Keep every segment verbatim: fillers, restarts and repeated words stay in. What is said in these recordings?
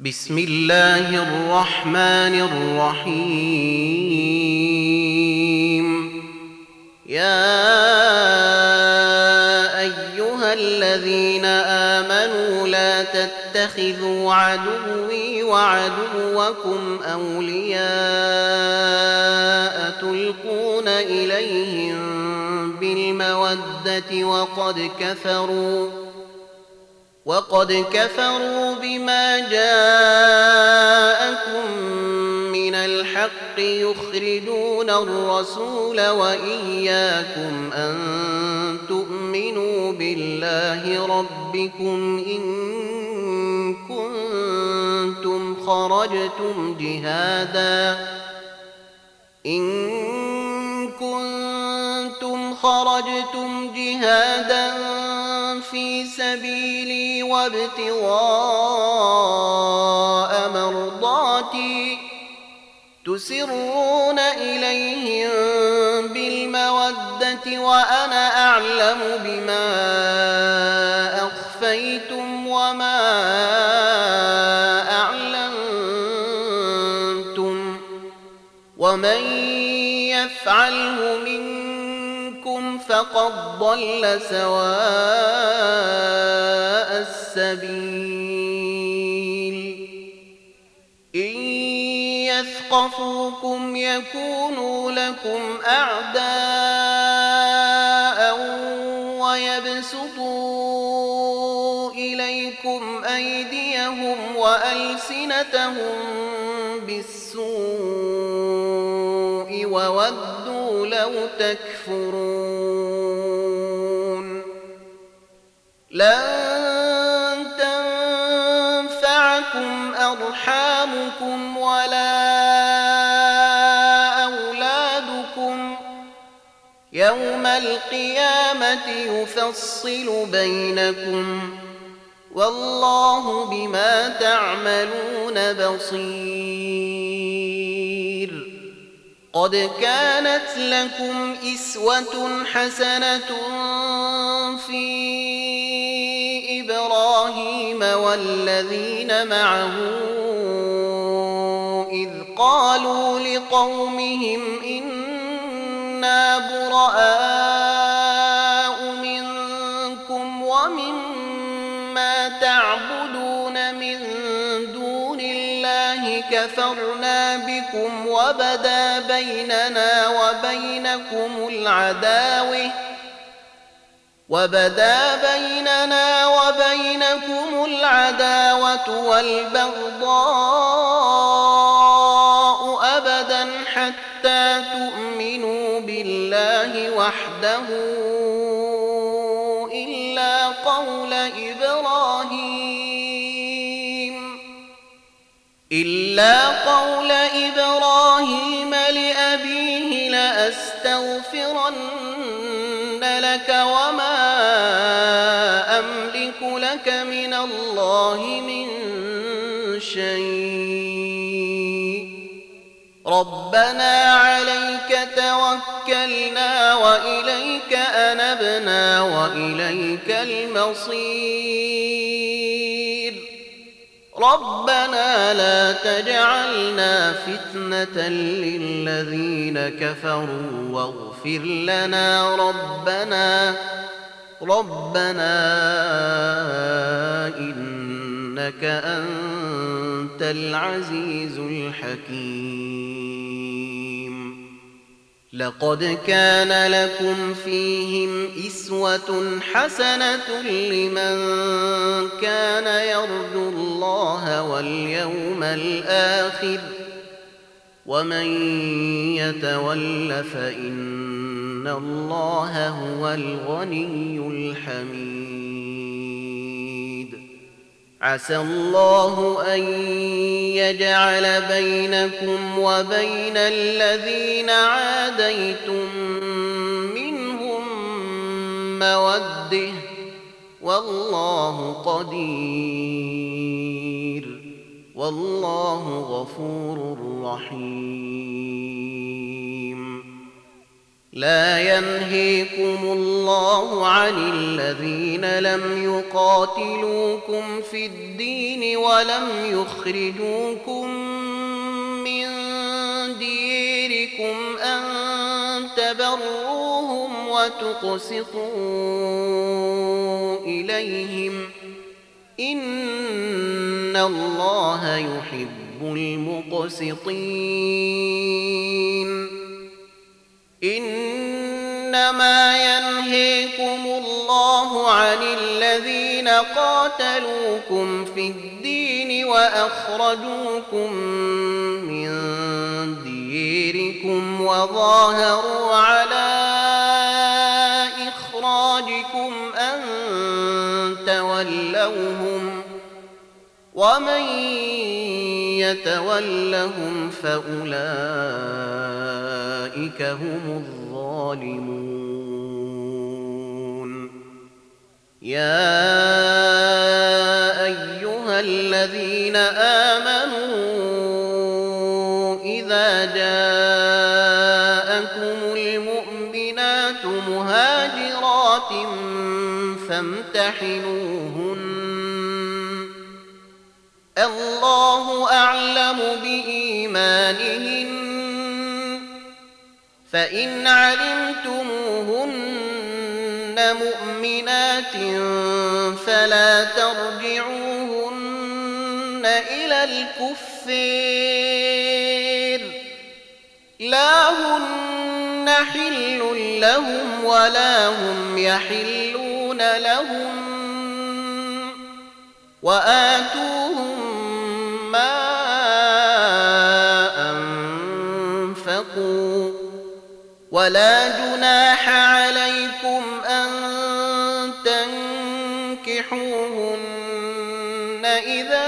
بسم الله الرحمن الرحيم. يا أيها الذين آمنوا لا تتخذوا عدوي وعدوكم أولياء تلقون إليهم بالمودة وقد كفروا وقد كفروا بما جاءكم من الحق يخرجون الرسول وإياكم أن تؤمنوا بالله ربكم إن كنتم خرجتم جهادا إن كنتم خرجتم جهادا في سبيلي وابتغاء مرضاتي تسرون إليهم بالمودة وأنا أعلم بما أخفيتم وما أعلنتم ومن يفعله منكم فقد ضل سواء السبيل. إن يثقفوكم يكونوا لكم أعداء ويبسطوا إليكم أيديهم وألسنتهم بالسوء وودوا لو تكفرون. لن تنفعكم أرحامكم ولا أولادكم يوم القيامة يفصل بينكم والله بما تعملون بصير. قد كانت لكم إسوة حسنة في إبراهيم والذين معه إذ قالوا لقومهم إنا براء منكم ومما تعبدون من دون الله كفرنا بكم وبدا بيننا وبينكم العداوة وبدا بيننا وبينكم العداوة والبغضاء أبدا حتى تؤمنوا بالله وحده إلا قول إبراهيم إلا قول إبراهيم لأبيه لأستغفرن لك وما أملك لك من الله من شيء ربنا عليك توكلنا وإليك أنبنا وإليك المصير ربنا لا تجعلنا فتنة للذين كفروا واغفر لنا ربنا ربنا إنك أنت العزيز الحكيم. لقد كان لكم فيهم إسوة حسنة لمن كان يرجو الله واليوم الآخر ومن يتول فإن الله هو الغني الحميد. عسى الله أن يجعل بينكم وبين الذين عاديتم منهم مودة والله قدير والله غفور رحيم. لا ينهيكم الله عن الذين لم يقاتلوكم في الدين ولم يخرجوكم من ديركم أن تبروهم وتقسطوا إليهم إن الله يحب المقسطين إنما ينهيكم الله عن الذين قاتلوكم في الدين وأخرجوكم من ديركم وظاهروا على إخراجكم أن تولوهم ومن يتولهم فأولئك هم الظالمون يا أيها الذين آمنوا إذا جاءكم المؤمنات مهاجرات فامتحنوهن الله أعلم بإيمانهن فإن علمتموهن مؤمنات فلا ترجعوهن إلى الكفار لا هن حل لهم ولا هم يحلون لهم وآتوهم ما أنفقوا ولا جناح عليكم أن تنكحوهن إذا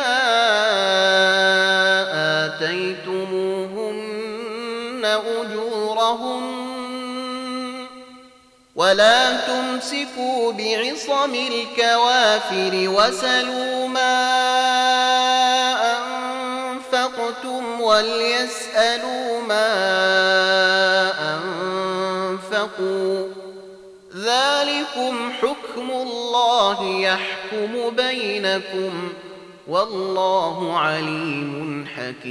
آتيتموهن أجورهن ولا تمسكوا بعصم الكوافر وسلوا ما أنفقتم وليسألوا ما أنفقوا ذلكم حكم الله يحكم بينكم والله عليم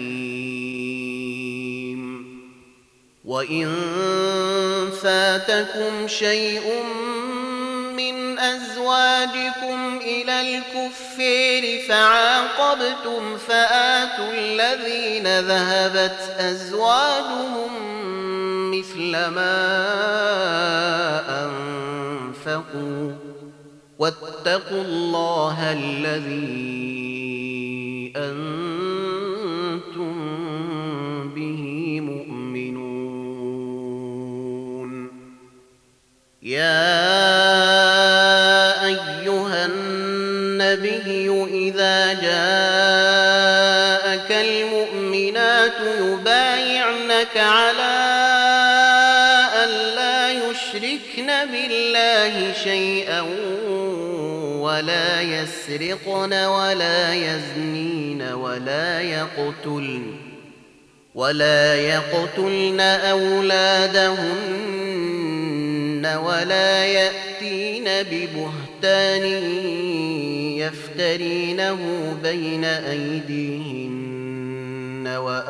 حكيم وإن فاتكم شيء من أزواجكم إلى الكفار فعاقبتم فآتوا الذين ذهبت أزواجهم مثل ما أنفقوا واتقوا الله الذي أنتم به مؤمنون يا أيها النبي إذا جاءك المؤمنات يبايعنك على يشركن بالله شيئا ولا يسرقن ولا يزنين ولا يقتلن ولا يقتلن أولادهن ولا يأتين ببهتان يفترينه بين أيديهن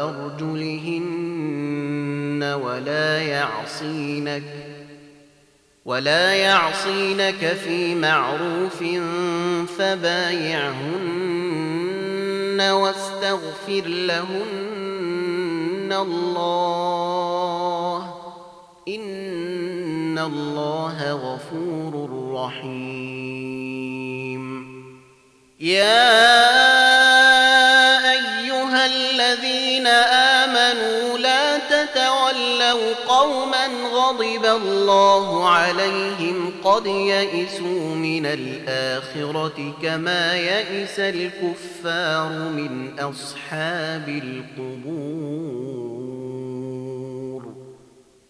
وأرجلهن ولا يعصينك ولا يعصينك في معروف فبايعهن واستغفر لهن الله إن الله غفور رحيم يا أيها الذين آمنوا لا تتولوا قوما غضب الله عليهم قد يئسوا من الآخرة كما يئس الكفار من أصحاب القبور